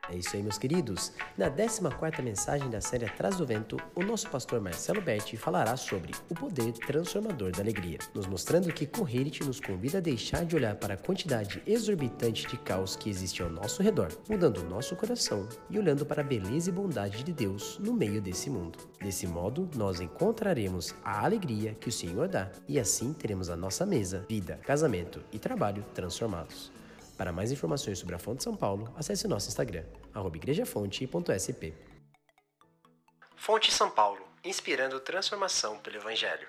É isso aí, meus queridos. Na 14ª mensagem da série Atrás do Vento, o nosso pastor Marcelo Berti falará sobre o poder transformador da alegria, nos mostrando que Correrite nos convida a deixar de olhar para a quantidade exorbitante de caos que existe ao nosso redor, mudando o nosso coração e olhando para a beleza e bondade de Deus no meio desse mundo. Desse modo, nós encontraremos a alegria que o Senhor dá e assim teremos a nossa mesa, vida, casamento e trabalho transformados. Para mais informações sobre a Fonte São Paulo, acesse o nosso Instagram, @igrejafonte.sp. Fonte São Paulo, inspirando transformação pelo Evangelho.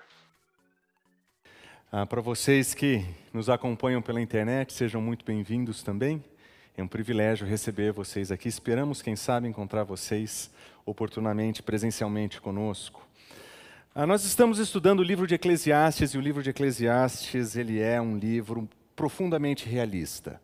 Para vocês que nos acompanham pela internet, sejam muito bem-vindos também. É um privilégio receber vocês aqui. Esperamos, quem sabe, encontrar vocês oportunamente, presencialmente conosco. Nós estamos estudando o livro de Eclesiastes, e o livro de Eclesiastes ele é um livro profundamente realista.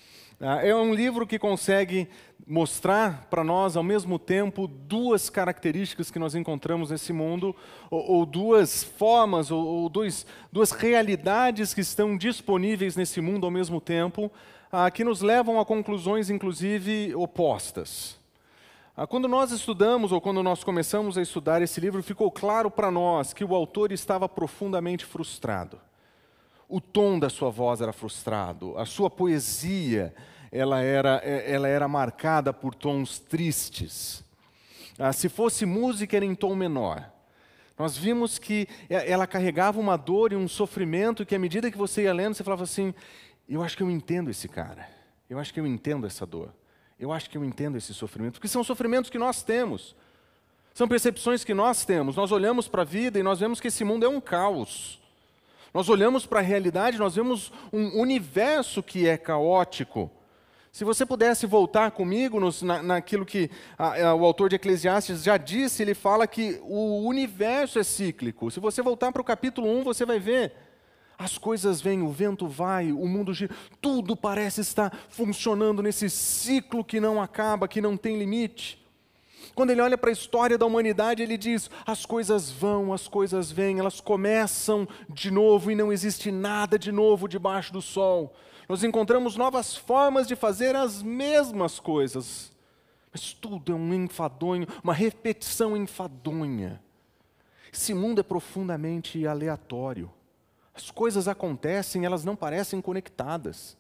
É um livro que consegue mostrar para nós, ao mesmo tempo, duas características que nós encontramos nesse mundo, ou duas formas, ou duas realidades que estão disponíveis nesse mundo ao mesmo tempo, que nos levam a conclusões, inclusive, opostas. Quando nós estudamos, ou quando nós começamos a estudar esse livro, ficou claro para nós que o autor estava profundamente frustrado. O tom da sua voz era frustrado, a sua poesia ela era marcada por tons tristes. Se fosse música, era em tom menor. Nós vimos que ela carregava uma dor e um sofrimento que, à medida que você ia lendo, você falava assim, eu acho que eu entendo esse cara, eu acho que eu entendo essa dor, eu acho que eu entendo esse sofrimento, porque são sofrimentos que nós temos, são percepções que nós temos. Nós olhamos para a vida e nós vemos que esse mundo é um caos. Nós olhamos para a realidade, nós vemos um universo que é caótico. Se você pudesse voltar comigo naquilo que o autor de Eclesiastes já disse, ele fala que o universo é cíclico. Se você voltar para o capítulo 1, você vai ver. As coisas vêm, o vento vai, o mundo gira, tudo parece estar funcionando nesse ciclo que não acaba, que não tem limite. Quando ele olha para a história da humanidade, ele diz, as coisas vão, as coisas vêm, elas começam de novo e não existe nada de novo debaixo do sol. Nós encontramos novas formas de fazer as mesmas coisas, mas tudo é um enfadonho, uma repetição enfadonha. Esse mundo é profundamente aleatório. As coisas acontecem, elas não parecem conectadas.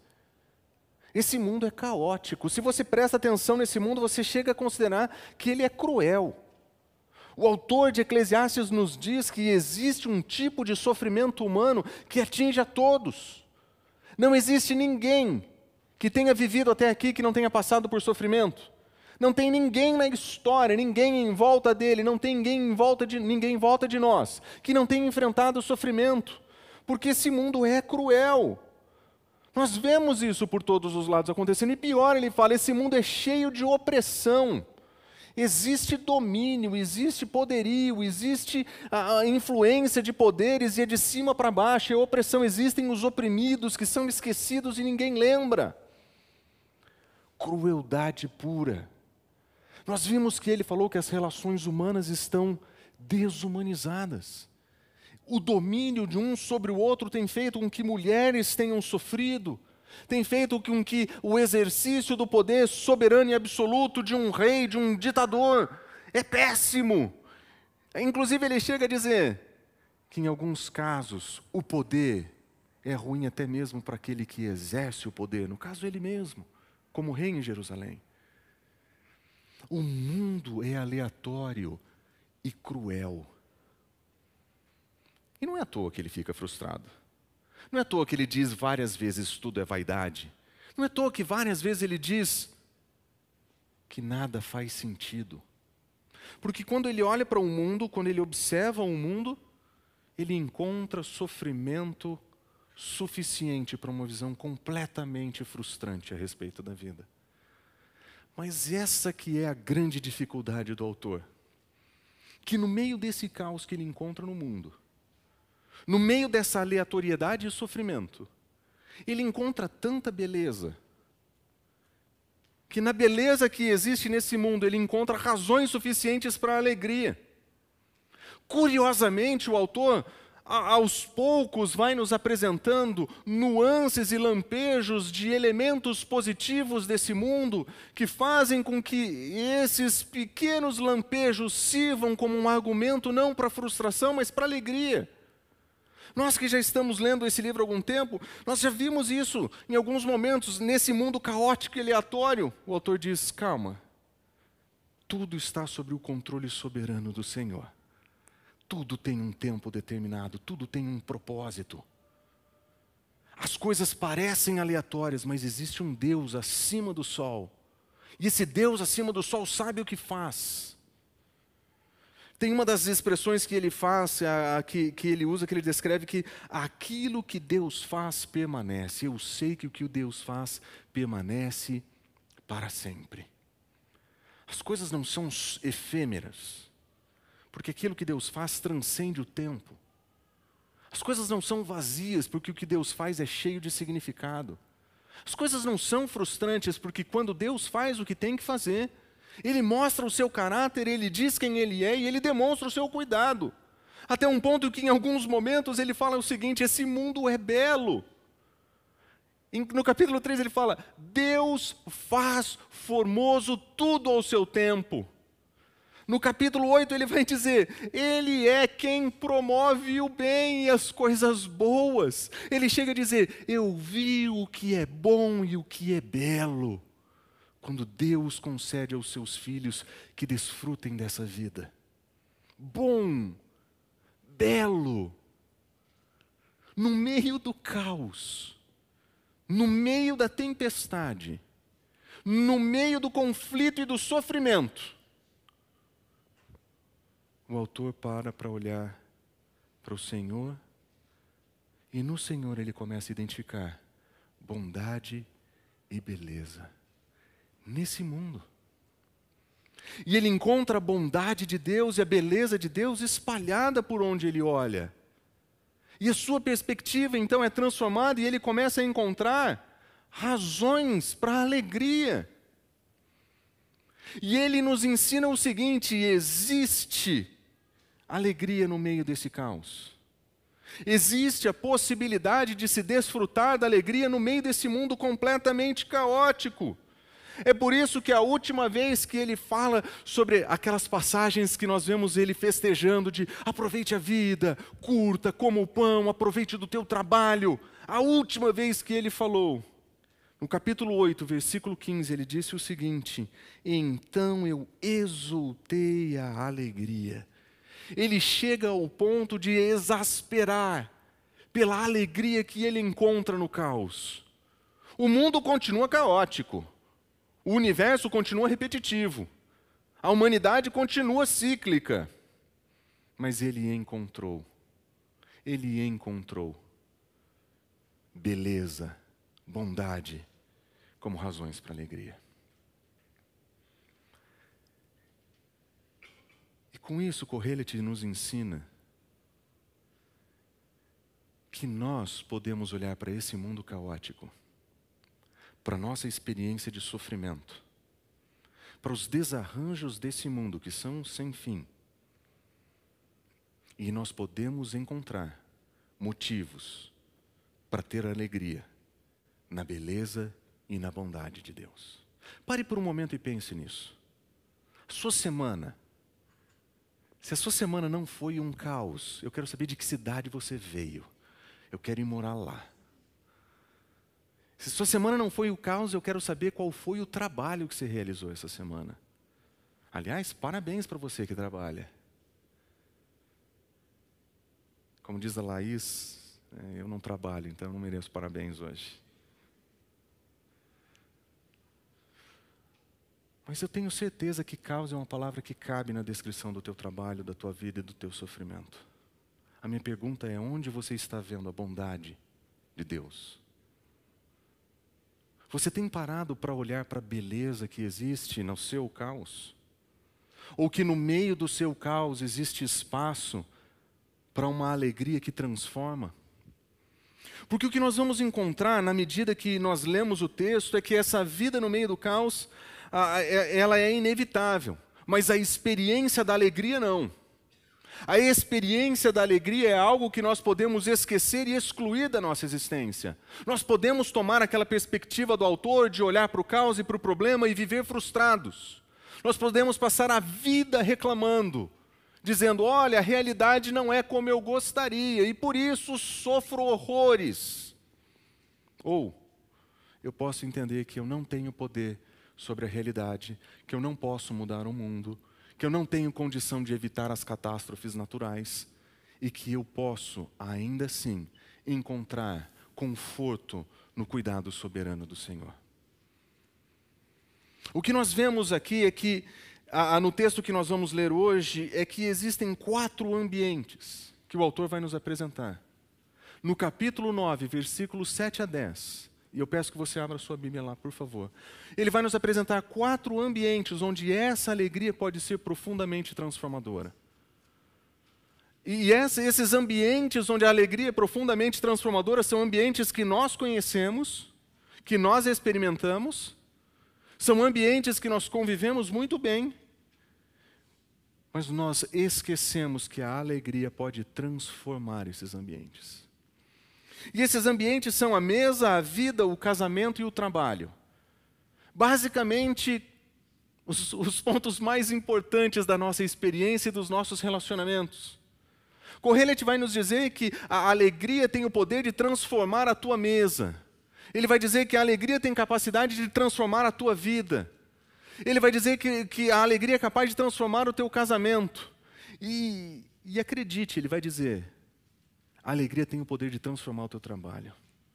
Esse mundo é caótico. Se você presta atenção nesse mundo, você chega a considerar que ele é cruel. O autor de Eclesiastes nos diz que existe um tipo de sofrimento humano que atinge a todos. Não existe ninguém que tenha vivido até aqui que não tenha passado por sofrimento. Não tem ninguém na história, ninguém em volta dele, não tem ninguém em volta de nós que não tenha enfrentado o sofrimento. Porque esse mundo é cruel. Nós vemos isso por todos os lados acontecendo. E pior, ele fala, esse mundo é cheio de opressão. Existe domínio, existe poderio, existe a influência de poderes e é de cima para baixo. E a opressão, existem os oprimidos que são esquecidos e ninguém lembra. Crueldade pura. Nós vimos que ele falou que as relações humanas estão desumanizadas. O domínio de um sobre o outro tem feito com que mulheres tenham sofrido, tem feito com que o exercício do poder soberano e absoluto de um rei, de um ditador, é péssimo. Inclusive ele chega a dizer que em alguns casos o poder é ruim até mesmo para aquele que exerce o poder, no caso ele mesmo, como rei em Jerusalém. O mundo é aleatório e cruel. E não é à toa que ele fica frustrado. Não é à toa que ele diz várias vezes tudo é vaidade. Não é à toa que várias vezes ele diz que nada faz sentido. Porque quando ele olha para o mundo, quando ele observa o mundo, ele encontra sofrimento suficiente para uma visão completamente frustrante a respeito da vida. Mas essa que é a grande dificuldade do autor. Que no meio desse caos que ele encontra no mundo, no meio dessa aleatoriedade e sofrimento, ele encontra tanta beleza, que na beleza que existe nesse mundo, ele encontra razões suficientes para a alegria. Curiosamente, o autor aos poucos vai nos apresentando nuances e lampejos de elementos positivos desse mundo que fazem com que esses pequenos lampejos sirvam como um argumento não para frustração, mas para alegria. Nós que já estamos lendo esse livro há algum tempo, nós já vimos isso em alguns momentos, nesse mundo caótico e aleatório. O autor diz, calma, tudo está sob o controle soberano do Senhor. Tudo tem um tempo determinado, tudo tem um propósito. As coisas parecem aleatórias, mas existe um Deus acima do sol. E esse Deus acima do sol sabe o que faz. Tem uma das expressões que ele faz, que ele usa, que ele descreve que aquilo que Deus faz permanece. Eu sei que o que o Deus faz permanece para sempre. As coisas não são efêmeras. Porque aquilo que Deus faz transcende o tempo. As coisas não são vazias, porque o que Deus faz é cheio de significado. As coisas não são frustrantes, porque quando Deus faz o que tem que fazer, Ele mostra o seu caráter, Ele diz quem Ele é e Ele demonstra o seu cuidado. Até um ponto que em alguns momentos Ele fala o seguinte, esse mundo é belo. No capítulo 3 Ele fala, Deus faz formoso tudo ao seu tempo. No capítulo 8 ele vai dizer, Ele é quem promove o bem e as coisas boas. Ele chega a dizer, eu vi o que é bom e o que é belo. Quando Deus concede aos seus filhos que desfrutem dessa vida. Bom, belo. No meio do caos, no meio da tempestade, no meio do conflito e do sofrimento, o autor para olhar para o Senhor e no Senhor ele começa a identificar bondade e beleza nesse mundo. E ele encontra a bondade de Deus e a beleza de Deus espalhada por onde ele olha. E a sua perspectiva então é transformada e ele começa a encontrar razões para a alegria. E ele nos ensina o seguinte, existe alegria no meio desse caos. Existe a possibilidade de se desfrutar da alegria no meio desse mundo completamente caótico. É por isso que a última vez que ele fala sobre aquelas passagens que nós vemos ele festejando de aproveite a vida, curta, coma o pão, aproveite do teu trabalho. A última vez que ele falou, no capítulo 8, versículo 15, ele disse o seguinte, então eu exultei a alegria. Ele chega ao ponto de exasperar pela alegria que ele encontra no caos. O mundo continua caótico. O universo continua repetitivo. A humanidade continua cíclica. Mas ele encontrou beleza, bondade como razões para alegria. E com isso, Kohelet nos ensina que nós podemos olhar para esse mundo caótico, para a nossa experiência de sofrimento, para os desarranjos desse mundo que são sem fim, e nós podemos encontrar motivos para ter alegria na beleza e na bondade de Deus. Pare por um momento e pense nisso. Sua semana, se a sua semana não foi um caos, eu quero saber de que cidade você veio. Eu quero ir morar lá. Se sua semana não foi o caos, eu quero saber qual foi o trabalho que você realizou essa semana. Aliás, parabéns para você que trabalha. Como diz a Laís, eu não trabalho, então eu não mereço parabéns hoje. Mas eu tenho certeza que caos é uma palavra que cabe na descrição do teu trabalho, da tua vida e do teu sofrimento. A minha pergunta é, onde você está vendo a bondade de Deus? Você tem parado para olhar para a beleza que existe no seu caos? Ou que no meio do seu caos existe espaço para uma alegria que transforma? Porque o que nós vamos encontrar na medida que nós lemos o texto é que essa vida no meio do caos, ela é inevitável, mas a experiência da alegria não. A experiência da alegria é algo que nós podemos esquecer e excluir da nossa existência. Nós podemos tomar aquela perspectiva do autor de olhar para o caos e para o problema e viver frustrados. Nós podemos passar a vida reclamando, dizendo, olha, a realidade não é como eu gostaria e por isso sofro horrores. Ou, eu posso entender que eu não tenho poder sobre a realidade, que eu não posso mudar o mundo, que eu não tenho condição de evitar as catástrofes naturais e que eu posso, ainda assim, encontrar conforto no cuidado soberano do Senhor. O que nós vemos aqui é que, no texto que nós vamos ler hoje, é que existem 4 ambientes que o autor vai nos apresentar. No capítulo 9, versículos 7 a 10, e eu peço que você abra sua Bíblia lá, por favor. Ele vai nos apresentar 4 ambientes onde essa alegria pode ser profundamente transformadora. E esses ambientes onde a alegria é profundamente transformadora são ambientes que nós conhecemos, que nós experimentamos, são ambientes que nós convivemos muito bem, mas nós esquecemos que a alegria pode transformar esses ambientes. E esses ambientes são a mesa, a vida, o casamento e o trabalho. Basicamente, os pontos mais importantes da nossa experiência e dos nossos relacionamentos. Kohelet vai nos dizer que a alegria tem o poder de transformar a tua mesa. Ele vai dizer que a alegria tem capacidade de transformar a tua vida. Ele vai dizer que a alegria é capaz de transformar o teu casamento. E acredite, ele vai dizer, a alegria tem o poder de transformar o teu trabalho.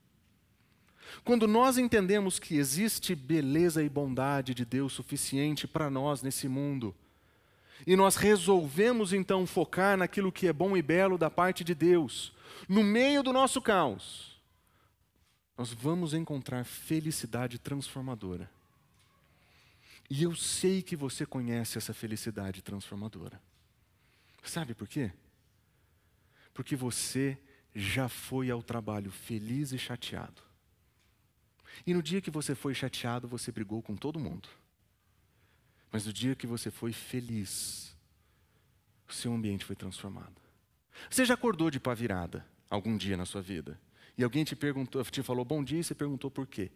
Quando nós entendemos que existe beleza e bondade de Deus suficiente para nós nesse mundo, e nós resolvemos então focar naquilo que é bom e belo da parte de Deus, no meio do nosso caos, nós vamos encontrar felicidade transformadora. E eu sei que você conhece essa felicidade transformadora. Sabe por quê? Porque você já foi ao trabalho feliz e chateado. E no dia que você foi chateado, você brigou com todo mundo. Mas no dia que você foi feliz, o seu ambiente foi transformado. Você já acordou de pá virada algum dia na sua vida? E alguém te falou bom dia e você perguntou por quê?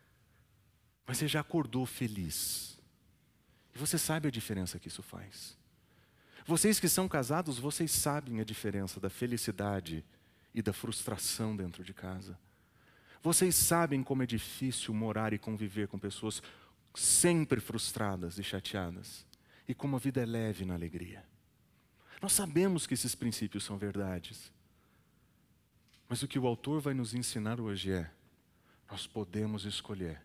Mas você já acordou feliz. E você sabe a diferença que isso faz. Vocês que são casados, vocês sabem a diferença da felicidade e da frustração dentro de casa. Vocês sabem como é difícil morar e conviver com pessoas sempre frustradas e chateadas. E como a vida é leve na alegria. Nós sabemos que esses princípios são verdades. Mas o que o autor vai nos ensinar hoje é, nós podemos escolher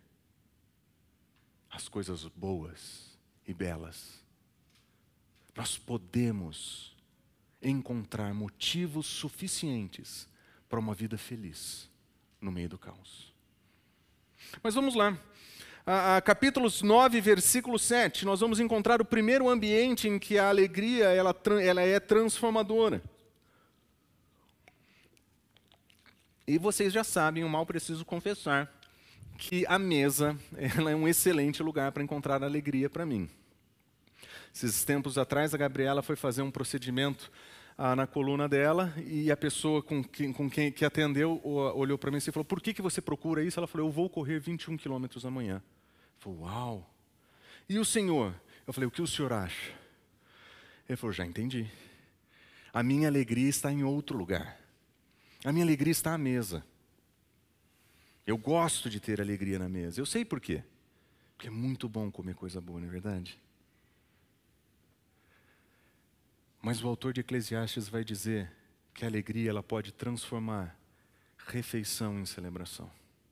as coisas boas e belas. Nós podemos encontrar motivos suficientes para uma vida feliz no meio do caos. Mas vamos lá. Capítulos 9, versículo 7, nós vamos encontrar o primeiro ambiente em que a alegria ela é transformadora. E vocês já sabem, eu mal preciso confessar, que a mesa ela é um excelente lugar para encontrar alegria para mim. Esses tempos atrás, a Gabriela foi fazer um procedimento na coluna dela e a pessoa com quem atendeu olhou para mim e falou, por que você procura isso? Ela falou, eu vou correr 21 quilômetros amanhã. Eu falei, uau! E o senhor? Eu falei, o que o senhor acha? Ele falou, já entendi. A minha alegria está em outro lugar. A minha alegria está à mesa. Eu gosto de ter alegria na mesa. Eu sei por quê. Porque é muito bom comer coisa boa, não é verdade? Mas o autor de Eclesiastes vai dizer que a alegria ela pode transformar refeição em celebração.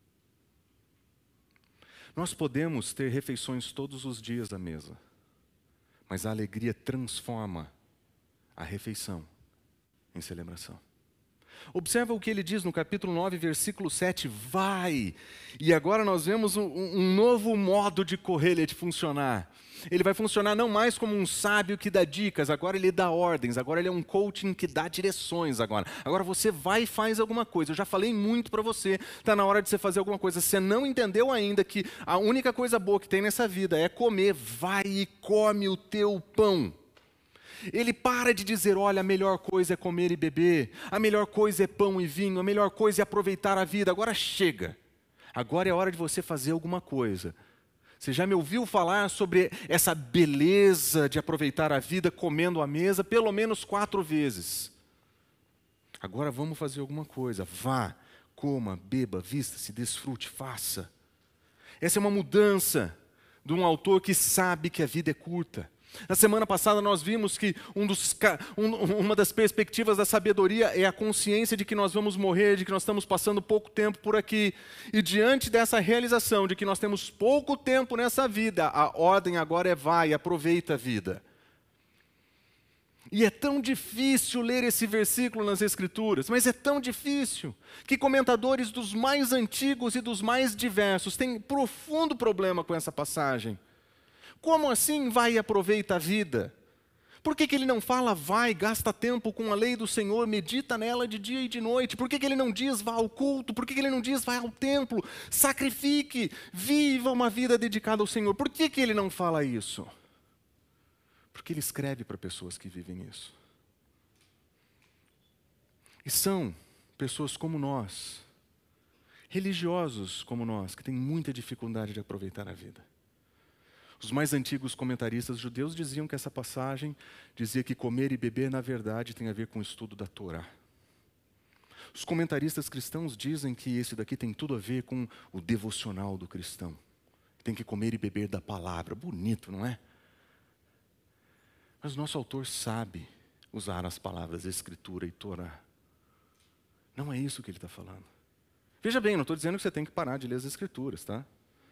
Nós podemos ter refeições todos os dias à mesa, mas a alegria transforma a refeição em celebração. Observa o que ele diz no capítulo 9, versículo 7, vai! E agora nós vemos um novo modo de Kohelet funcionar. Ele vai funcionar não mais como um sábio que dá dicas, agora ele dá ordens, agora ele é um coaching que dá direções agora. Agora você vai e faz alguma coisa. Eu já falei muito para você, está na hora de você fazer alguma coisa. Você não entendeu ainda que a única coisa boa que tem nessa vida é comer, vai e come o teu pão. Ele para de dizer, olha, a melhor coisa é comer e beber, a melhor coisa é pão e vinho, a melhor coisa é aproveitar a vida. Agora chega. Agora é hora de você fazer alguma coisa. Você já me ouviu falar sobre essa beleza de aproveitar a vida comendo à mesa pelo menos 4 vezes. Agora vamos fazer alguma coisa. Vá, coma, beba, vista-se, desfrute, faça. Essa é uma mudança de um autor que sabe que a vida é curta. Na semana passada nós vimos que uma das perspectivas da sabedoria é a consciência de que nós vamos morrer, de que nós estamos passando pouco tempo por aqui. E diante dessa realização de que nós temos pouco tempo nessa vida, a ordem agora é vai, aproveita a vida. E é tão difícil ler esse versículo nas Escrituras, mas é tão difícil que comentadores dos mais antigos e dos mais diversos têm profundo problema com essa passagem. Como assim vai e aproveita a vida? Por que ele não fala vai, gasta tempo com a lei do Senhor, medita nela de dia e de noite? Por que ele não diz vá ao culto? Por que ele não diz vá ao templo? Sacrifique, viva uma vida dedicada ao Senhor. Por que ele não fala isso? Porque ele escreve para pessoas que vivem isso. E são pessoas como nós, religiosos como nós, que têm muita dificuldade de aproveitar a vida. Os mais antigos comentaristas judeus diziam que essa passagem dizia que comer e beber, na verdade, tem a ver com o estudo da Torá. Os comentaristas cristãos dizem que esse daqui tem tudo a ver com o devocional do cristão. Tem que comer e beber da palavra. Bonito, não é? Mas o nosso autor sabe usar as palavras Escritura e Torá. Não é isso que ele está falando. Veja bem, não estou dizendo que você tem que parar de ler as Escrituras, tá?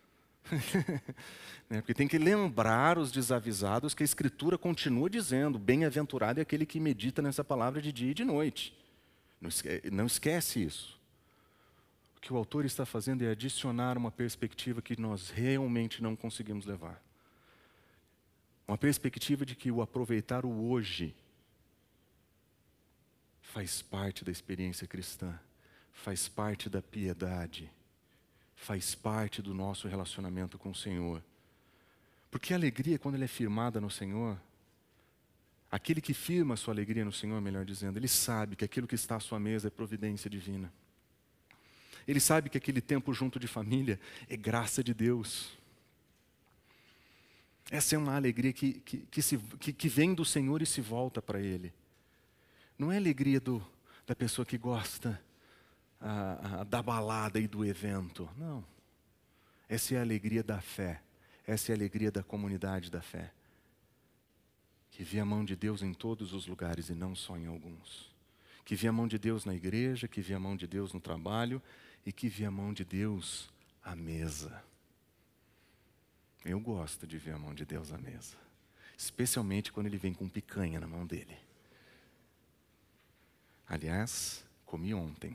Porque tem que lembrar os desavisados que a Escritura continua dizendo, bem-aventurado é aquele que medita nessa palavra de dia e de noite. Não esquece isso. O que o autor está fazendo é adicionar uma perspectiva que nós realmente não conseguimos levar. Uma perspectiva de que o aproveitar o hoje faz parte da experiência cristã, faz parte da piedade, faz parte do nosso relacionamento com o Senhor. Porque a alegria, quando ela é firmada no Senhor, aquele que firma a sua alegria no Senhor, melhor dizendo, ele sabe que aquilo que está à sua mesa é providência divina. Ele sabe que aquele tempo junto de família é graça de Deus. Essa é uma alegria que vem do Senhor e se volta para Ele. Não é a alegria da pessoa que gosta da balada e do evento. Não. Essa é a alegria da fé. Essa é a alegria da comunidade da fé. Que vê a mão de Deus em todos os lugares e não só em alguns. Que vê a mão de Deus na igreja, que vê a mão de Deus no trabalho e que vê a mão de Deus à mesa. Eu gosto de ver a mão de Deus à mesa. Especialmente quando ele vem com picanha na mão dele. Aliás, comi ontem.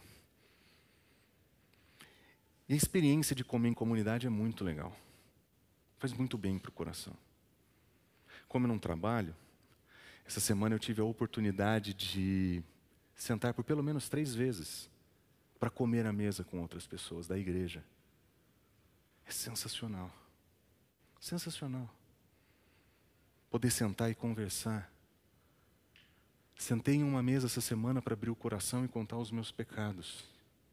E a experiência de comer em comunidade é muito legal. Faz muito bem para o coração. Como eu não trabalho, essa semana eu tive a oportunidade de sentar por pelo menos 3 vezes para comer à mesa com outras pessoas da igreja. É sensacional. Sensacional. Poder sentar e conversar. Sentei em uma mesa essa semana para abrir o coração e contar os meus pecados.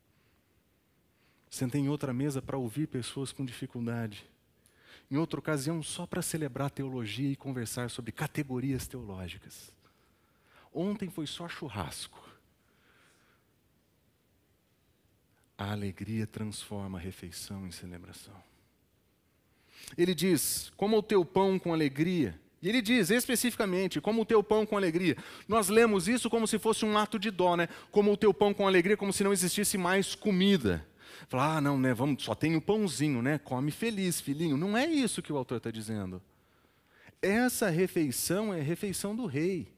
Sentei em outra mesa para ouvir pessoas com dificuldade. Em outra ocasião, só para celebrar teologia e conversar sobre categorias teológicas. Ontem foi só churrasco. A alegria transforma a refeição em celebração. Ele diz, coma o teu pão com alegria. E ele diz especificamente, como o teu pão com alegria. Nós lemos isso como se fosse um ato de dó, né? Como o teu pão com alegria, como se não existisse mais comida. Falar, não, né? Só tem o pãozinho, né? Come feliz, filhinho. Não é isso que o autor está dizendo. Essa refeição é a refeição do rei.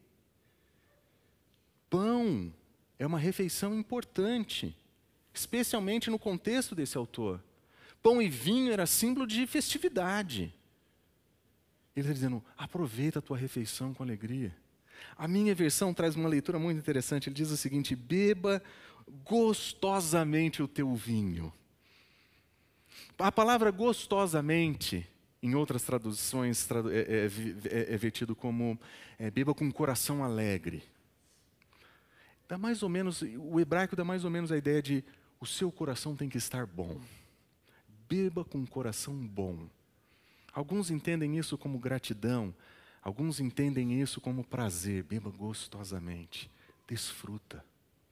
Pão é uma refeição importante, especialmente no contexto desse autor. Pão e vinho era símbolo de festividade. Ele está dizendo, aproveita a tua refeição com alegria. A minha versão traz uma leitura muito interessante. Ele diz o seguinte, beba gostosamente o teu vinho. A palavra gostosamente Em outras traduções é vertido como beba com coração alegre. Dá mais ou menos, o hebraico dá mais ou menos a ideia de o seu coração tem que estar bom. Beba com coração bom. Alguns entendem isso como gratidão, alguns entendem isso como prazer. Beba gostosamente, desfruta.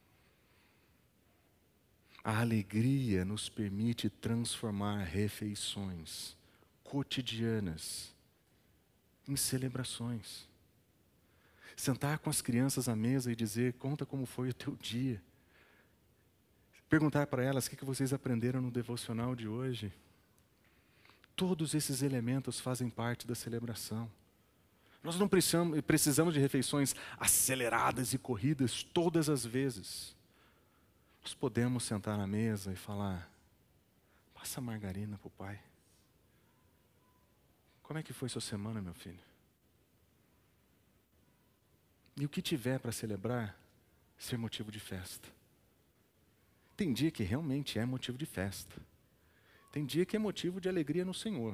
A alegria nos permite transformar refeições cotidianas em celebrações. Sentar com as crianças à mesa e dizer, conta como foi o teu dia. Perguntar para elas o que vocês aprenderam no devocional de hoje. Todos esses elementos fazem parte da celebração. Nós não precisamos de refeições aceleradas e corridas todas as vezes. Nós podemos sentar na mesa e falar, passa a margarina para o pai. Como é que foi sua semana, meu filho? E o que tiver para celebrar, ser motivo de festa. Tem dia que realmente é motivo de festa. Tem dia que é motivo de alegria no Senhor.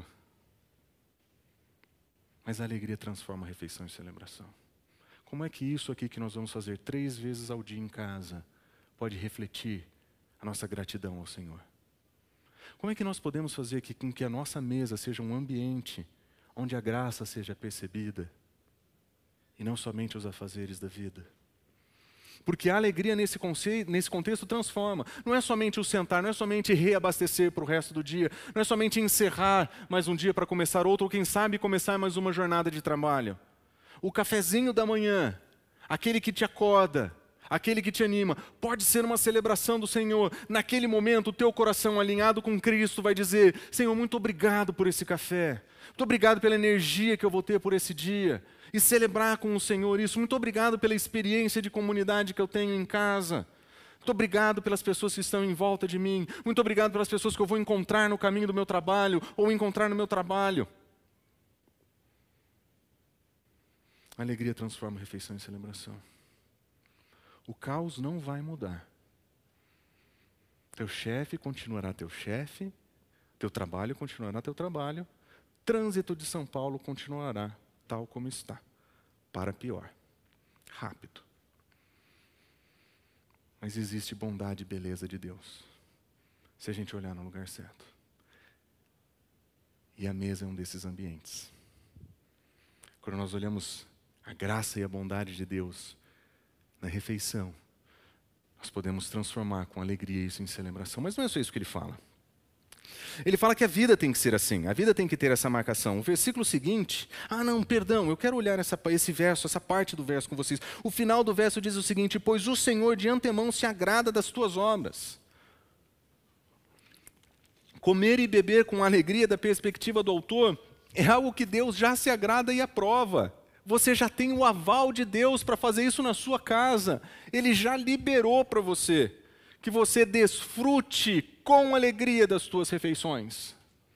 Mas a alegria transforma a refeição em celebração. Como é que isso aqui que nós vamos fazer 3 vezes ao dia em casa pode refletir a nossa gratidão ao Senhor? Como é que nós podemos fazer com que a nossa mesa seja um ambiente onde a graça seja percebida e não somente os afazeres da vida? Porque a alegria nesse contexto transforma. Não é somente o sentar, não é somente reabastecer para o resto do dia, não é somente encerrar mais um dia para começar outro, ou quem sabe começar mais uma jornada de trabalho. O cafezinho da manhã, aquele que te acorda, aquele que te anima, pode ser uma celebração do Senhor. Naquele momento, o teu coração alinhado com Cristo vai dizer, Senhor, muito obrigado por esse café. Muito obrigado pela energia que eu vou ter por esse dia. E celebrar com o Senhor isso. Muito obrigado pela experiência de comunidade que eu tenho em casa. Muito obrigado pelas pessoas que estão em volta de mim. Muito obrigado pelas pessoas que eu vou encontrar no caminho do meu trabalho ou encontrar no meu trabalho. A alegria transforma a refeição em celebração. O caos não vai mudar. Teu chefe continuará teu chefe, teu trabalho continuará teu trabalho, trânsito de São Paulo continuará tal como está, para pior, rápido. Mas existe bondade e beleza de Deus, se a gente olhar no lugar certo. E a mesa é um desses ambientes. Quando nós olhamos a graça e a bondade de Deus na refeição, nós podemos transformar com alegria isso em celebração. Mas não é só isso que ele fala. Ele fala que a vida tem que ser assim, a vida tem que ter essa marcação. O versículo seguinte, eu quero olhar esse verso, essa parte do verso com vocês. O final do verso diz o seguinte, pois o Senhor de antemão se agrada das tuas obras. Comer e beber com alegria da perspectiva do autor é algo que Deus já se agrada e aprova. Você já tem o aval de Deus para fazer isso na sua casa. Ele já liberou para você. Que você desfrute com alegria das tuas refeições.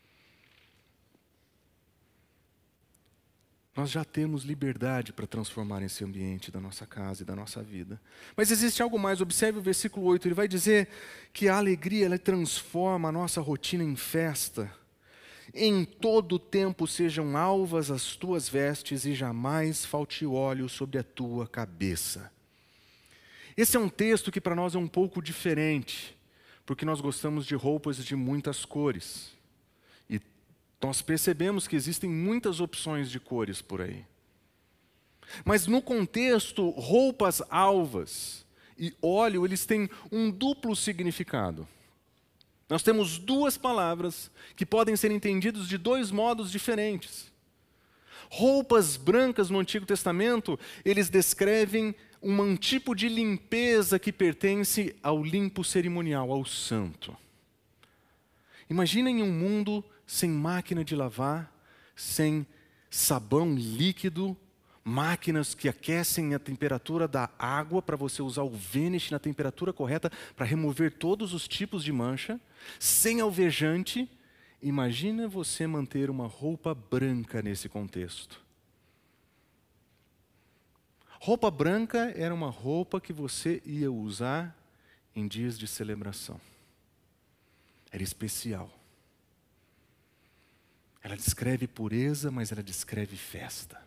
Nós já temos liberdade para transformar esse ambiente da nossa casa e da nossa vida. Mas existe algo mais, observe o versículo 8, ele vai dizer que a alegria ela transforma a nossa rotina em festa. Em todo o tempo sejam alvas as tuas vestes e jamais falte óleo sobre a tua cabeça. Esse é um texto que para nós é um pouco diferente, porque nós gostamos de roupas de muitas cores. E nós percebemos que existem muitas opções de cores por aí. Mas no contexto, roupas alvas e óleo, eles têm um duplo significado. Nós temos 2 palavras que podem ser entendidas de 2 modos diferentes. Roupas brancas no Antigo Testamento, eles descrevem um tipo de limpeza que pertence ao limpo cerimonial, ao santo. Imaginem um mundo sem máquina de lavar, sem sabão líquido, máquinas que aquecem a temperatura da água para você usar o Vanish na temperatura correta para remover todos os tipos de mancha, sem alvejante. Imagina você manter uma roupa branca nesse contexto. Roupa branca era uma roupa que você ia usar em dias de celebração. Era especial. Ela descreve pureza, mas ela descreve festa.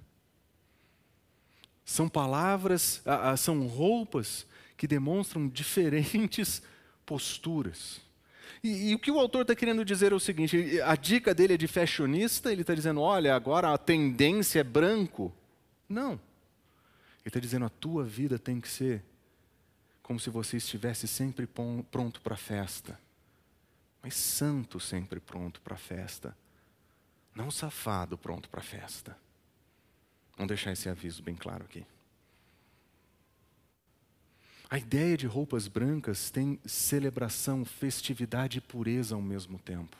São palavras, são roupas que demonstram diferentes posturas. E o que o autor está querendo dizer é o seguinte, a dica dele é de fashionista, ele está dizendo, olha, agora a tendência é branco. Não. Ele está dizendo, a tua vida tem que ser como se você estivesse sempre pronto para a festa. Mas santo sempre pronto para a festa. Não safado pronto para a festa. Vamos deixar esse aviso bem claro aqui. A ideia de roupas brancas tem celebração, festividade e pureza ao mesmo tempo.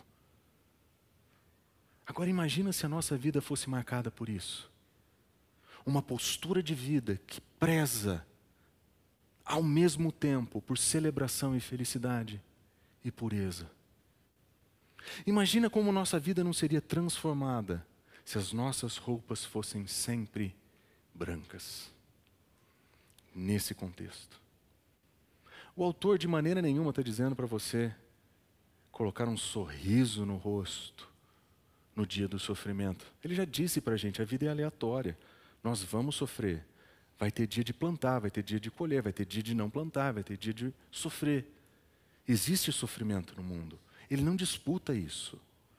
Agora imagina se a nossa vida fosse marcada por isso. Uma postura de vida que preza ao mesmo tempo por celebração e felicidade e pureza. Imagina como nossa vida não seria transformada se as nossas roupas fossem sempre brancas. Nesse contexto. O autor de maneira nenhuma está dizendo para você colocar um sorriso no rosto no dia do sofrimento. Ele já disse para a gente, a vida é aleatória. Nós vamos sofrer. Vai ter dia de plantar, vai ter dia de colher, vai ter dia de não plantar, vai ter dia de sofrer. Existe sofrimento no mundo. Ele não disputa isso.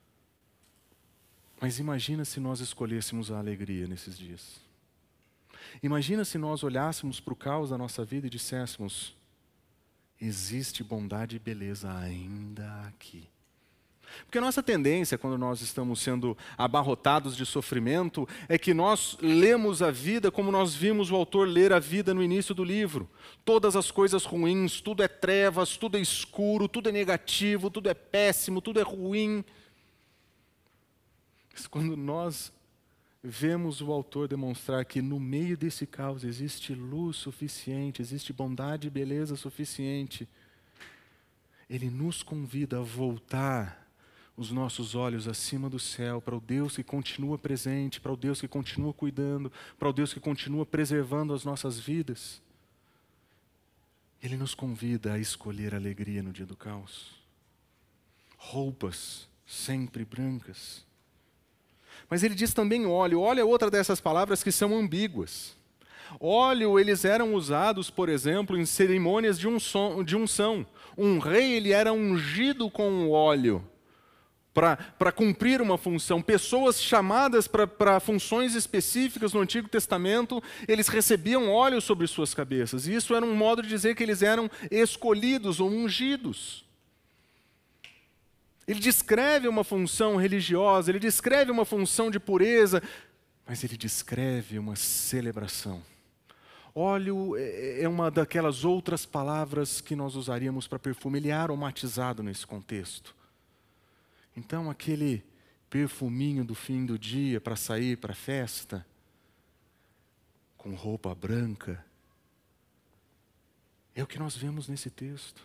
Mas imagina se nós escolhêssemos a alegria nesses dias. Imagina se nós olhássemos para o caos da nossa vida e disséssemos, existe bondade e beleza ainda aqui. Porque a nossa tendência, quando nós estamos sendo abarrotados de sofrimento, é que nós lemos a vida como nós vimos o autor ler a vida no início do livro. Todas as coisas ruins, tudo é trevas, tudo é escuro, tudo é negativo, tudo é péssimo, tudo é ruim. Mas quando nós vemos o autor demonstrar que no meio desse caos existe luz suficiente, existe bondade e beleza suficiente, ele nos convida a voltar os nossos olhos acima do céu, para o Deus que continua presente, para o Deus que continua cuidando, para o Deus que continua preservando as nossas vidas. Ele nos convida a escolher a alegria no dia do caos. Roupas sempre brancas. Mas ele diz também óleo. Óleo é outra dessas palavras que são ambíguas. Óleo, eles eram usados, por exemplo, em cerimônias de unção. Um rei, ele era ungido com óleo para cumprir uma função. Pessoas chamadas para funções específicas no Antigo Testamento, eles recebiam óleo sobre suas cabeças. E isso era um modo de dizer que eles eram escolhidos ou ungidos. Ele descreve uma função religiosa, ele descreve uma função de pureza, mas ele descreve uma celebração. Óleo é uma daquelas outras palavras que nós usaríamos para perfume. Ele é aromatizado nesse contexto. Então, aquele perfuminho do fim do dia para sair para a festa, com roupa branca, é o que nós vemos nesse texto.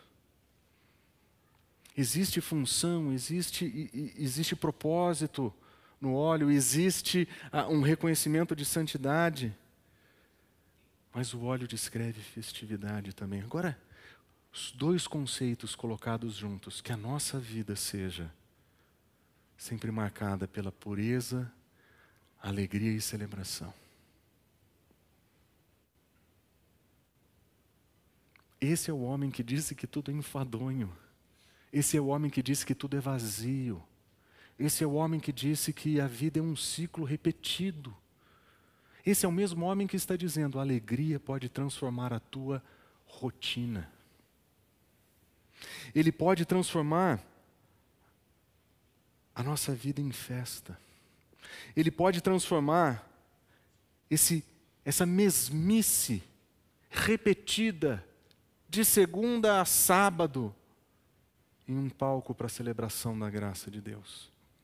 Existe função, existe propósito no óleo, existe um reconhecimento de santidade, mas o óleo descreve festividade também. Agora, os dois conceitos colocados juntos, que a nossa vida seja sempre marcada pela pureza, alegria e celebração. Esse é o homem que disse que tudo é enfadonho. Esse é o homem que disse que tudo é vazio. Esse é o homem que disse que a vida é um ciclo repetido. Esse é o mesmo homem que está dizendo, a alegria pode transformar a tua rotina. Ele pode transformar a nossa vida em festa. Ele pode transformar essa mesmice repetida de segunda a sábado em um palco para a celebração da graça de Deus.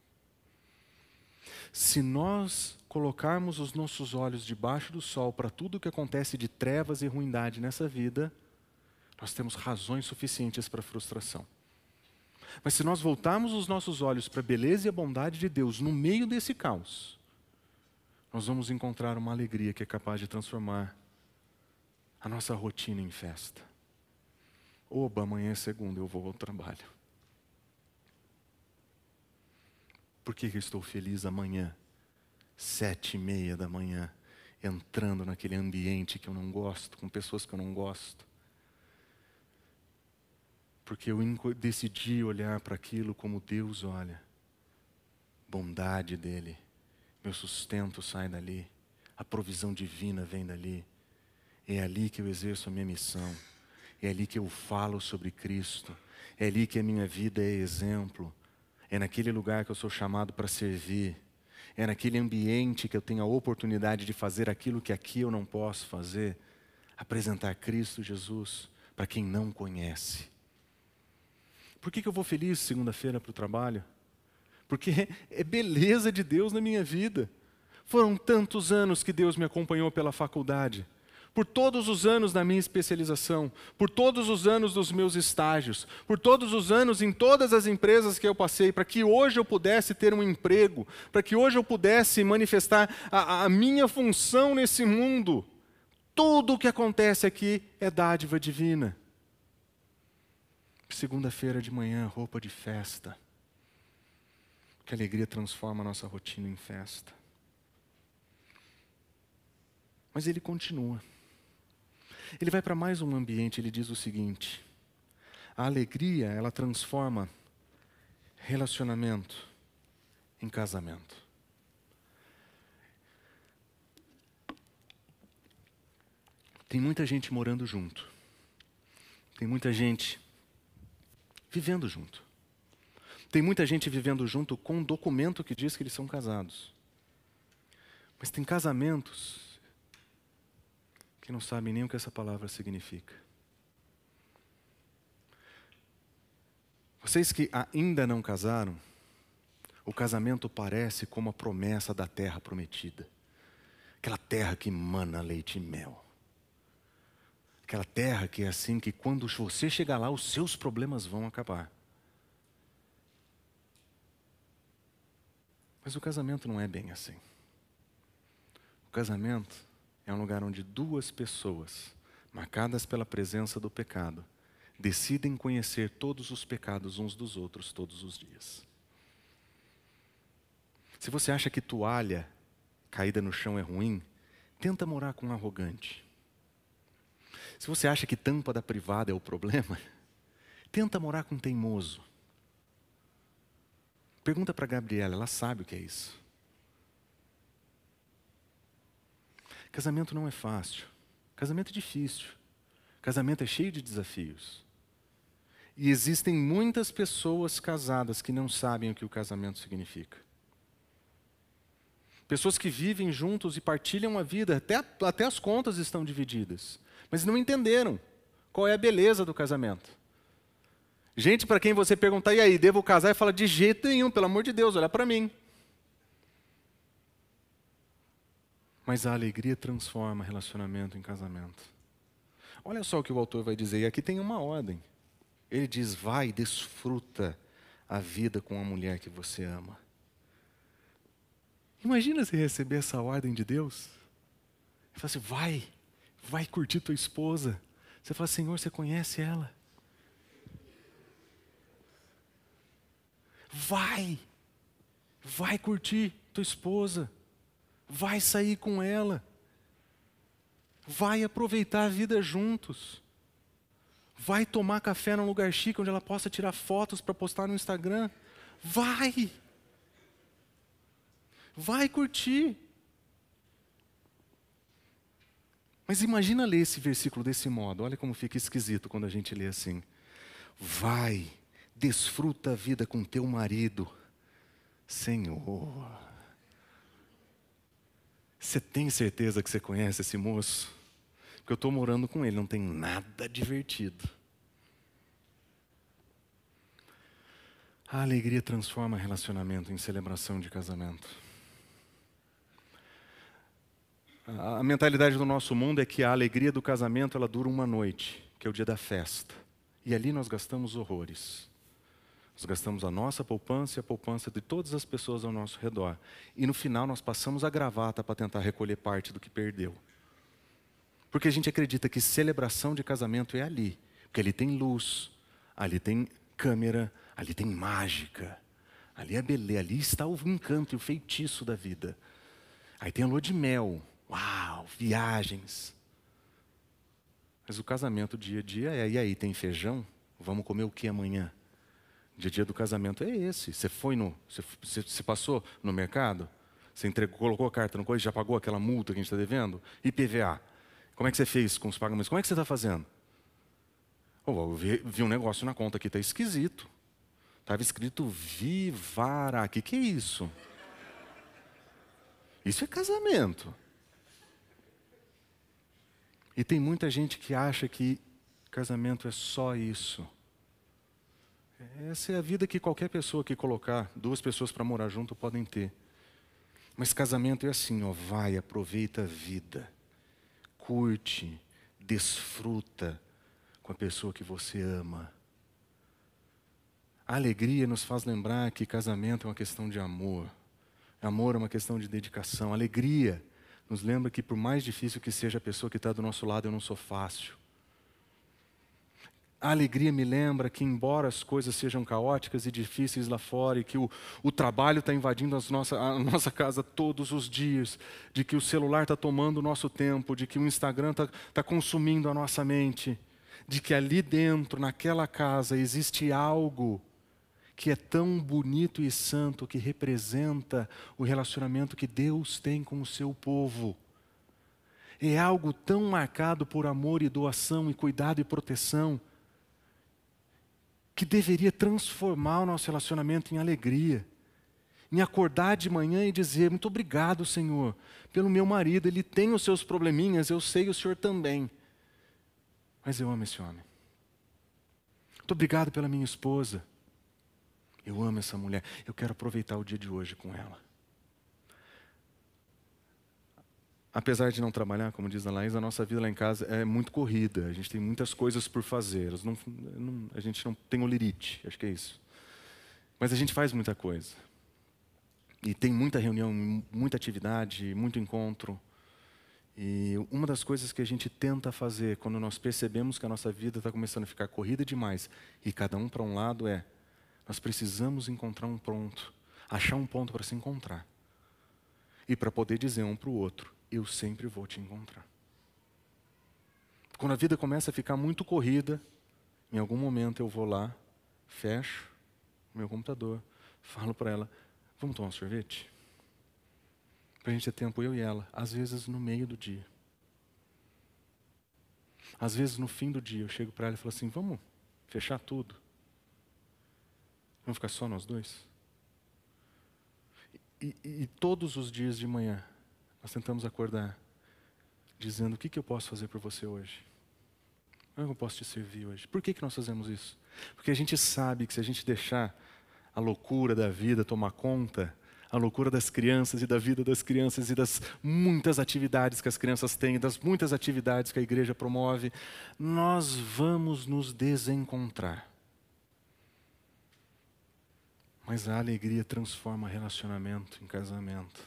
Se nós colocarmos os nossos olhos debaixo do sol para tudo o que acontece de trevas e ruindade nessa vida, nós temos razões suficientes para frustração. Mas se nós voltarmos os nossos olhos para a beleza e a bondade de Deus no meio desse caos, nós vamos encontrar uma alegria que é capaz de transformar a nossa rotina em festa. Oba, amanhã é segunda, eu vou ao trabalho. Por que eu estou feliz amanhã, 7:30 da manhã, entrando naquele ambiente que eu não gosto, com pessoas que eu não gosto? Porque eu decidi olhar para aquilo como Deus olha. Bondade dele, meu sustento sai dali, a provisão divina vem dali. É ali que eu exerço a minha missão, é ali que eu falo sobre Cristo, é ali que a minha vida é exemplo, é naquele lugar que eu sou chamado para servir, é naquele ambiente que eu tenho a oportunidade de fazer aquilo que aqui eu não posso fazer, apresentar Cristo Jesus para quem não conhece. Por que eu vou feliz segunda-feira para o trabalho? Porque é beleza de Deus na minha vida. Foram tantos anos que Deus me acompanhou pela faculdade, por todos os anos da minha especialização, por todos os anos dos meus estágios, por todos os anos em todas as empresas que eu passei, para que hoje eu pudesse ter um emprego, para que hoje eu pudesse manifestar a minha função nesse mundo. Tudo o que acontece aqui é dádiva divina. Segunda-feira de manhã, roupa de festa. Que a alegria transforma a nossa rotina em festa. Mas ele continua. Ele vai para mais um ambiente, ele diz o seguinte: a alegria, ela transforma relacionamento em casamento. Tem muita gente morando junto. Tem muita gente vivendo junto. Tem muita gente vivendo junto com um documento que diz que eles são casados. Mas tem casamentos que não sabem nem o que essa palavra significa. Vocês que ainda não casaram, o casamento parece como a promessa da terra prometida. Aquela terra que emana leite e mel. Aquela terra que é assim que quando você chegar lá, os seus problemas vão acabar. Mas o casamento não é bem assim. O casamento é um lugar onde duas pessoas, marcadas pela presença do pecado, decidem conhecer todos os pecados uns dos outros todos os dias. Se você acha que toalha caída no chão é ruim, tenta morar com um arrogante. Se você acha que tampa da privada é o problema, tenta morar com um teimoso. Pergunta para a Gabriela, ela sabe o que é isso. Casamento não é fácil. Casamento é difícil. Casamento é cheio de desafios. E existem muitas pessoas casadas que não sabem o que o casamento significa. Pessoas que vivem juntos e partilham a vida, até as contas estão divididas, mas não entenderam qual é a beleza do casamento. Gente para quem você perguntar, e aí, devo casar? E fala, de jeito nenhum, pelo amor de Deus, olha para mim. Mas a alegria transforma relacionamento em casamento. Olha só o que o autor vai dizer, e aqui tem uma ordem. Ele diz, vai, desfruta a vida com a mulher que você ama. Imagina você receber essa ordem de Deus. Ele fala assim, vai curtir tua esposa. Você fala, Senhor, você conhece ela? Vai curtir tua esposa. Vai sair com ela. Vai aproveitar a vida juntos. Vai tomar café num lugar chique onde ela possa tirar fotos para postar no Instagram. Vai curtir. Mas imagina ler esse versículo desse modo. Olha como fica esquisito quando a gente lê assim. Vai, desfruta a vida com teu marido. Senhor, você tem certeza que você conhece esse moço? Porque eu estou morando com ele, não tem nada divertido. A alegria transforma relacionamento em celebração de casamento. A mentalidade do nosso mundo é que a alegria do casamento ela dura uma noite, que é o dia da festa. E ali nós gastamos horrores. Nós gastamos a nossa poupança e a poupança de todas as pessoas ao nosso redor. E no final nós passamos a gravata para tentar recolher parte do que perdeu. Porque a gente acredita que celebração de casamento é ali. Porque ali tem luz, ali tem câmera, ali tem mágica. Ali é beleza, ali está o encanto e o feitiço da vida. Aí tem a lua de mel. Uau, viagens. Mas o casamento dia a dia é, e aí, tem feijão? Vamos comer o que amanhã? O dia a dia do casamento é esse. Você passou no mercado? Você entregou, colocou a carta no coisa, já pagou aquela multa que a gente está devendo? IPVA. Como é que você fez com os pagamentos? Como é que você está fazendo? Eu vi um negócio na conta aqui, está esquisito. Estava escrito Vivara. O que é isso? Isso é casamento. E tem muita gente que acha que casamento é só isso. Essa é a vida que qualquer pessoa que colocar 2 pessoas para morar junto podem ter. Mas casamento é assim, vai, aproveita a vida. Curte, desfruta com a pessoa que você ama. A alegria nos faz lembrar que casamento é uma questão de amor. Amor é uma questão de dedicação. A alegria nos lembra que por mais difícil que seja a pessoa que está do nosso lado, eu não sou fácil. A alegria me lembra que, embora as coisas sejam caóticas e difíceis lá fora, e que o trabalho está invadindo a nossa casa todos os dias, de que o celular está tomando o nosso tempo, de que o Instagram está consumindo a nossa mente, de que ali dentro, naquela casa, existe algo que é tão bonito e santo, que representa o relacionamento que Deus tem com o seu povo. É algo tão marcado por amor e doação e cuidado e proteção, que deveria transformar o nosso relacionamento em alegria. Em acordar de manhã e dizer, muito obrigado, Senhor, pelo meu marido, ele tem os seus probleminhas, eu sei, o Senhor também. Mas eu amo esse homem. Muito obrigado pela minha esposa. Eu amo essa mulher. Eu quero aproveitar o dia de hoje com ela. Apesar de não trabalhar, como diz a Laís, a nossa vida lá em casa é muito corrida. A gente tem muitas coisas por fazer. A gente não tem olerite, acho que é isso. Mas a gente faz muita coisa. E tem muita reunião, muita atividade, muito encontro. E uma das coisas que a gente tenta fazer quando nós percebemos que a nossa vida está começando a ficar corrida demais, e cada um para um lado, nós precisamos encontrar um ponto, achar um ponto para se encontrar. E para poder dizer um para o outro, eu sempre vou te encontrar. Quando a vida começa a ficar muito corrida, em algum momento eu vou lá, fecho o meu computador, falo para ela, vamos tomar um sorvete? Para a gente ter tempo, eu e ela, às vezes no meio do dia. Às vezes no fim do dia, eu chego para ela e falo assim, vamos fechar tudo? Vamos ficar só nós dois? E todos os dias de manhã, nós tentamos acordar, dizendo, o que eu posso fazer por você hoje? Como eu posso te servir hoje? Por que nós fazemos isso? Porque a gente sabe que se a gente deixar a loucura da vida tomar conta, a loucura das crianças e da vida das crianças e das muitas atividades que as crianças têm, das muitas atividades que a igreja promove, nós vamos nos desencontrar. Mas a alegria transforma relacionamento em casamento.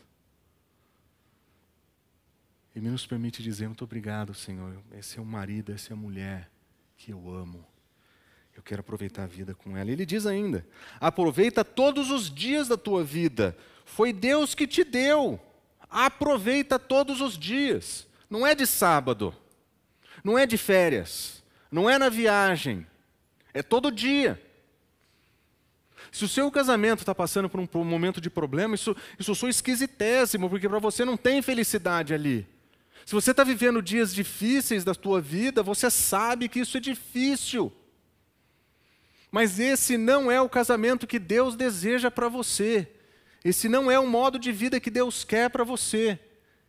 E nos permite dizer, muito obrigado, Senhor. Esse é o marido, essa é a mulher que eu amo. Eu quero aproveitar a vida com ela. Ele diz ainda, aproveita todos os dias da tua vida. Foi Deus que te deu. Aproveita todos os dias. Não é de sábado. Não é de férias. Não é na viagem. É todo dia. Se o seu casamento está passando por um momento de problema, isso sou esquisitésimo, porque para você não tem felicidade ali. Se você está vivendo dias difíceis da tua vida, você sabe que isso é difícil. Mas esse não é o casamento que Deus deseja para você. Esse não é o modo de vida que Deus quer para você.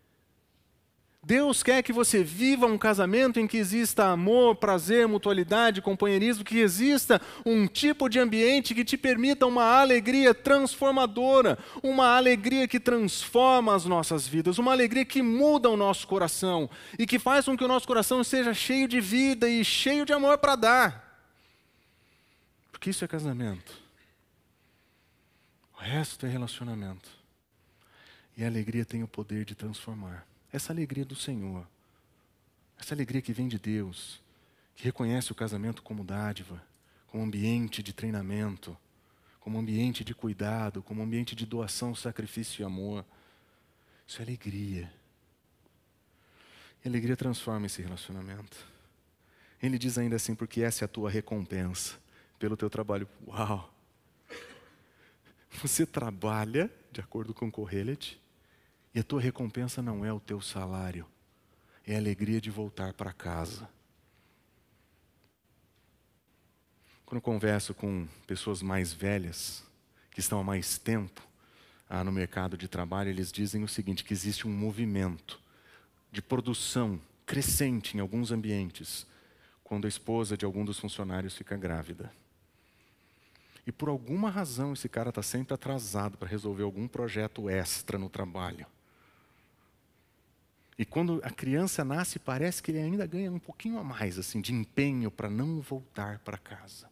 Deus quer que você viva um casamento em que exista amor, prazer, mutualidade, companheirismo, que exista um tipo de ambiente que te permita uma alegria transformadora, uma alegria que transforma as nossas vidas, uma alegria que muda o nosso coração e que faz com que o nosso coração seja cheio de vida e cheio de amor para dar. Porque isso é casamento. O resto é relacionamento. E a alegria tem o poder de transformar. Essa alegria do Senhor, essa alegria que vem de Deus, que reconhece o casamento como dádiva, como ambiente de treinamento, como ambiente de cuidado, como ambiente de doação, sacrifício e amor. Isso é alegria. E a alegria transforma esse relacionamento. Ele diz ainda assim, porque essa é a tua recompensa pelo teu trabalho. Uau! Você trabalha de acordo com Kohelet, e a tua recompensa não é o teu salário, é a alegria de voltar para casa. Quando eu converso com pessoas mais velhas, que estão há mais tempo no mercado de trabalho, eles dizem o seguinte, que existe um movimento de produção crescente em alguns ambientes, quando a esposa de algum dos funcionários fica grávida. E por alguma razão esse cara está sempre atrasado para resolver algum projeto extra no trabalho. E quando a criança nasce, parece que ele ainda ganha um pouquinho a mais assim, de empenho para não voltar para casa.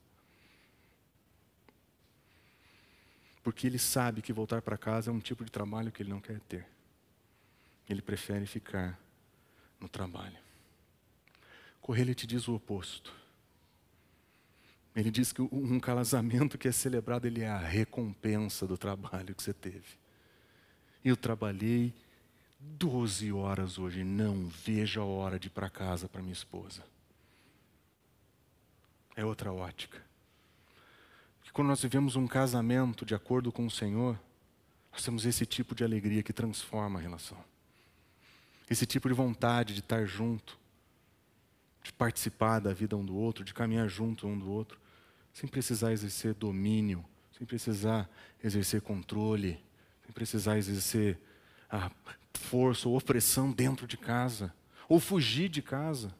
Porque ele sabe que voltar para casa é um tipo de trabalho que ele não quer ter. Ele prefere ficar no trabalho. Kohelet diz o oposto. Ele diz que um casamento que é celebrado, ele é a recompensa do trabalho que você teve. Eu trabalhei 12 horas hoje, não vejo a hora de ir para casa para minha esposa. É outra ótica. Porque quando nós vivemos um casamento de acordo com o Senhor, nós temos esse tipo de alegria que transforma a relação. Esse tipo de vontade de estar junto, de participar da vida um do outro, de caminhar junto um do outro, sem precisar exercer domínio, sem precisar exercer controle, sem precisar exercer a força ou opressão dentro de casa, ou fugir de casa.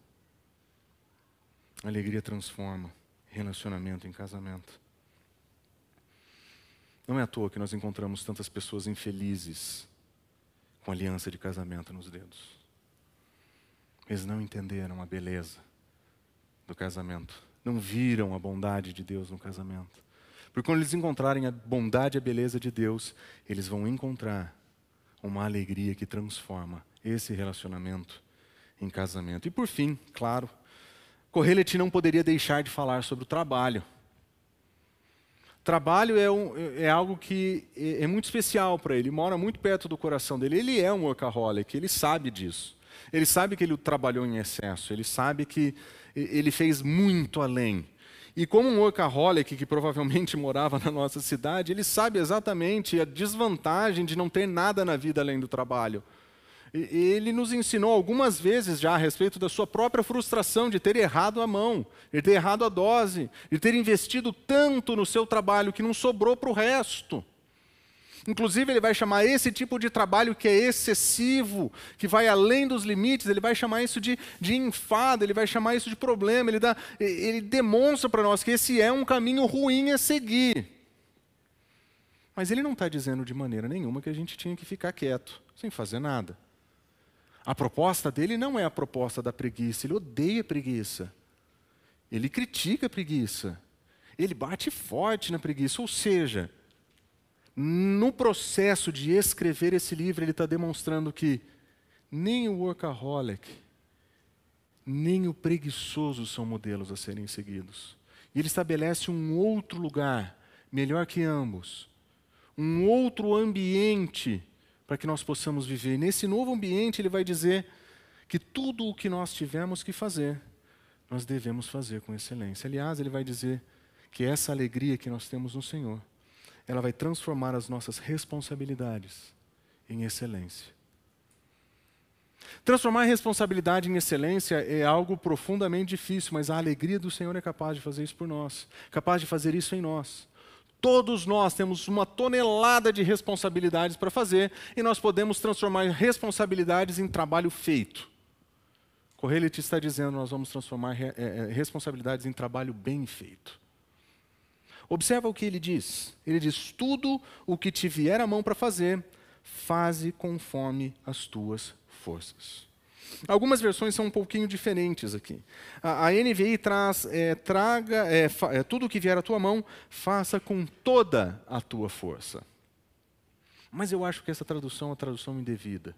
A alegria transforma relacionamento em casamento. Não é à toa que nós encontramos tantas pessoas infelizes com aliança de casamento nos dedos. Eles não entenderam a beleza do casamento. Não viram a bondade de Deus no casamento. Porque quando eles encontrarem a bondade e a beleza de Deus, eles vão encontrar uma alegria que transforma esse relacionamento em casamento. E por fim, claro, Kohelet não poderia deixar de falar sobre o trabalho. Trabalho é algo que é muito especial para ele, mora muito perto do coração dele. Ele é um workaholic, ele sabe disso. Ele sabe que ele trabalhou em excesso, ele sabe que ele fez muito além. E como um workaholic que provavelmente morava na nossa cidade, ele sabe exatamente a desvantagem de não ter nada na vida além do trabalho. Ele nos ensinou algumas vezes já a respeito da sua própria frustração de ter errado a mão, de ter errado a dose, de ter investido tanto no seu trabalho que não sobrou para o resto. Inclusive, ele vai chamar esse tipo de trabalho que é excessivo, que vai além dos limites, ele vai chamar isso de enfado, ele vai chamar isso de problema, ele demonstra para nós que esse é um caminho ruim a seguir. Mas ele não está dizendo de maneira nenhuma que a gente tinha que ficar quieto, sem fazer nada. A proposta dele não é a proposta da preguiça, ele odeia a preguiça. Ele critica a preguiça. Ele bate forte na preguiça, ou seja, no processo de escrever esse livro, ele está demonstrando que nem o workaholic, nem o preguiçoso são modelos a serem seguidos. E ele estabelece um outro lugar, melhor que ambos, um outro ambiente para que nós possamos viver. E nesse novo ambiente, ele vai dizer que tudo o que nós tivermos que fazer, nós devemos fazer com excelência. Aliás, ele vai dizer que essa alegria que nós temos no Senhor, ela vai transformar as nossas responsabilidades em excelência. Transformar a responsabilidade em excelência é algo profundamente difícil, mas a alegria do Senhor é capaz de fazer isso por nós, capaz de fazer isso em nós. Todos nós temos uma tonelada de responsabilidades para fazer e nós podemos transformar responsabilidades em trabalho feito. Kohelet está dizendo, nós vamos transformar responsabilidades em trabalho bem feito. Observa o que ele diz. Ele diz, tudo o que te vier à mão para fazer, faze conforme as tuas forças. Algumas versões são um pouquinho diferentes aqui. A NVI traz, tudo o que vier à tua mão, faça com toda a tua força. Mas eu acho que essa tradução é uma tradução indevida.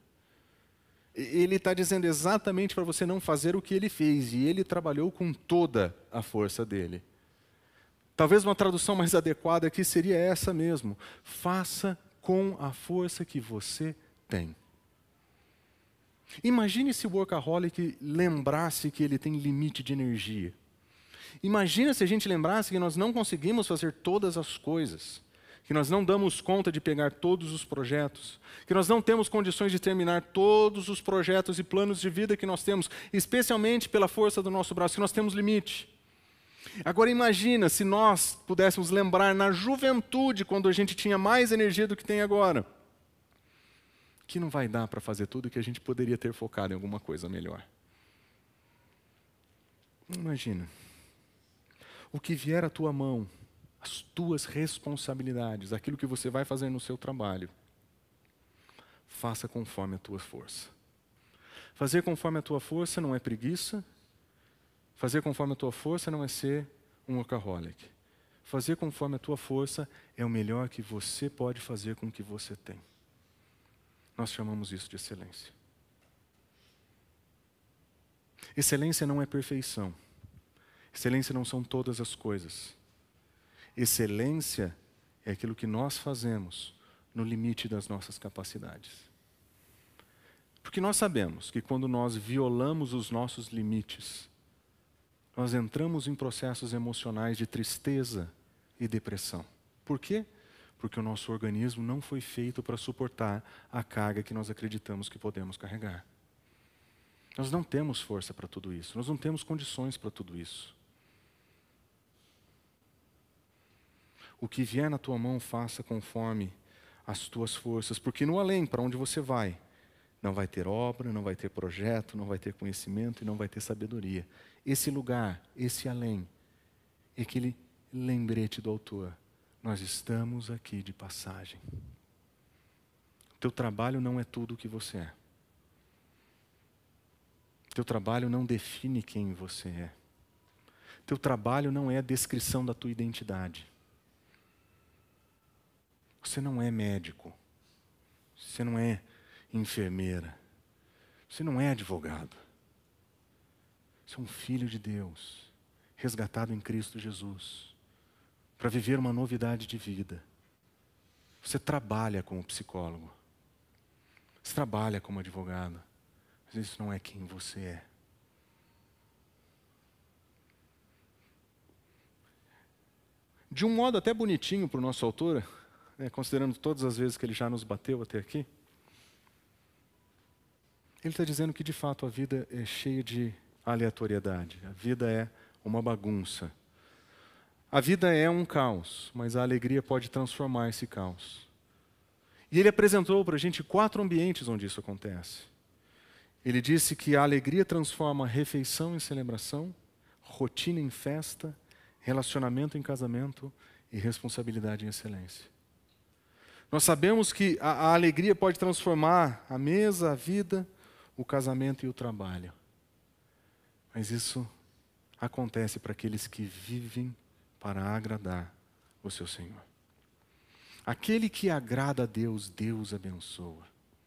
Ele está dizendo exatamente para você não fazer o que ele fez, e ele trabalhou com toda a força dele. Talvez uma tradução mais adequada aqui seria essa mesmo. Faça com a força que você tem. Imagine se o workaholic lembrasse que ele tem limite de energia. Imagina se a gente lembrasse que nós não conseguimos fazer todas as coisas, que nós não damos conta de pegar todos os projetos, que nós não temos condições de terminar todos os projetos e planos de vida que nós temos, especialmente pela força do nosso braço, que nós temos limite. Agora imagina se nós pudéssemos lembrar na juventude, quando a gente tinha mais energia do que tem agora, que não vai dar para fazer tudo que a gente poderia ter focado em alguma coisa melhor. Imagina. O que vier à tua mão, as tuas responsabilidades, aquilo que você vai fazer no seu trabalho, faça conforme a tua força. Fazer conforme a tua força não é preguiça. Fazer conforme a tua força não é ser um workaholic. Fazer conforme a tua força é o melhor que você pode fazer com o que você tem. Nós chamamos isso de excelência. Excelência não é perfeição. Excelência não são todas as coisas. Excelência é aquilo que nós fazemos no limite das nossas capacidades. Porque nós sabemos que quando nós violamos os nossos limites, nós entramos em processos emocionais de tristeza e depressão. Por quê? Porque o nosso organismo não foi feito para suportar a carga que nós acreditamos que podemos carregar. Nós não temos força para tudo isso, nós não temos condições para tudo isso. O que vier na tua mão, faça conforme as tuas forças, porque no além, para onde você vai, não vai ter obra, não vai ter projeto, não vai ter conhecimento e não vai ter sabedoria. Esse lugar, esse além, é aquele lembrete do autor. Nós estamos aqui de passagem. Teu trabalho não é tudo o que você é. Teu trabalho não define quem você é. Teu trabalho não é a descrição da tua identidade. Você não é médico. Você não é enfermeira. Você não é advogado. Você é um filho de Deus, resgatado em Cristo Jesus, para viver uma novidade de vida. Você trabalha como psicólogo. Você trabalha como advogado. Mas isso não é quem você é. De um modo até bonitinho para o nosso autor, considerando todas as vezes que ele já nos bateu até aqui, ele está dizendo que de fato a vida é cheia de aleatoriedade. A vida é uma bagunça. A vida é um caos, mas a alegria pode transformar esse caos. E ele apresentou para a gente 4 ambientes onde isso acontece. Ele disse que a alegria transforma refeição em celebração, rotina em festa, relacionamento em casamento e responsabilidade em excelência. Nós sabemos que a alegria pode transformar a mesa, a vida, o casamento e o trabalho. Mas isso acontece para aqueles que vivem para agradar o seu Senhor. Aquele que agrada a Deus, Deus abençoa.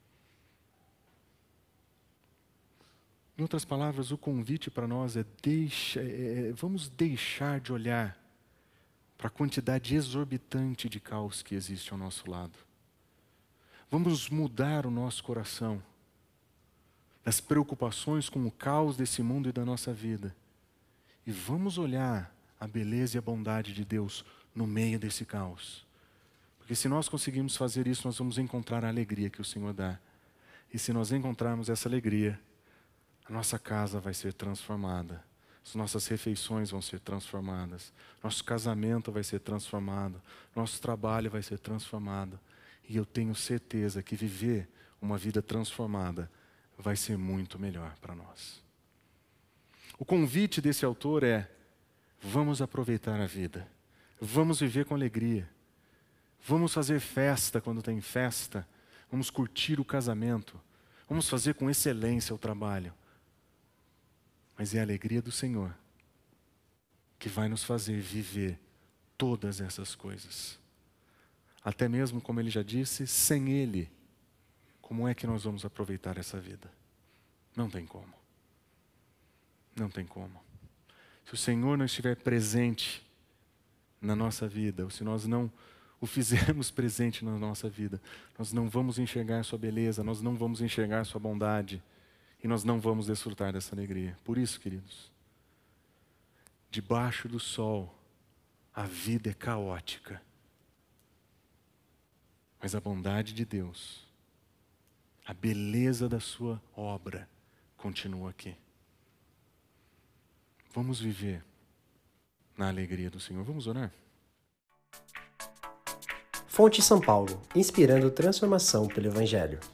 Em outras palavras, o convite para nós é vamos deixar de olhar para a quantidade exorbitante de caos que existe ao nosso lado. Vamos mudar o nosso coração das preocupações com o caos desse mundo e da nossa vida. E vamos olhar a beleza e a bondade de Deus no meio desse caos. Porque se nós conseguirmos fazer isso, nós vamos encontrar a alegria que o Senhor dá. E se nós encontrarmos essa alegria, a nossa casa vai ser transformada. As nossas refeições vão ser transformadas. Nosso casamento vai ser transformado. Nosso trabalho vai ser transformado. E eu tenho certeza que viver uma vida transformada vai ser muito melhor para nós. O convite desse autor é: vamos aproveitar a vida. Vamos viver com alegria. Vamos fazer festa quando tem festa. Vamos curtir o casamento. Vamos fazer com excelência o trabalho. Mas é a alegria do Senhor que vai nos fazer viver todas essas coisas. Até mesmo, como ele já disse, sem Ele, como é que nós vamos aproveitar essa vida? Não tem como. Não tem como. Se o Senhor não estiver presente na nossa vida, ou se nós não o fizermos presente na nossa vida, nós não vamos enxergar a sua beleza, nós não vamos enxergar a sua bondade, e nós não vamos desfrutar dessa alegria. Por isso, queridos, debaixo do sol, a vida é caótica. Mas a bondade de Deus, a beleza da sua obra, continua aqui. Vamos viver na alegria do Senhor. Vamos orar? Fonte São Paulo, inspirando transformação pelo Evangelho.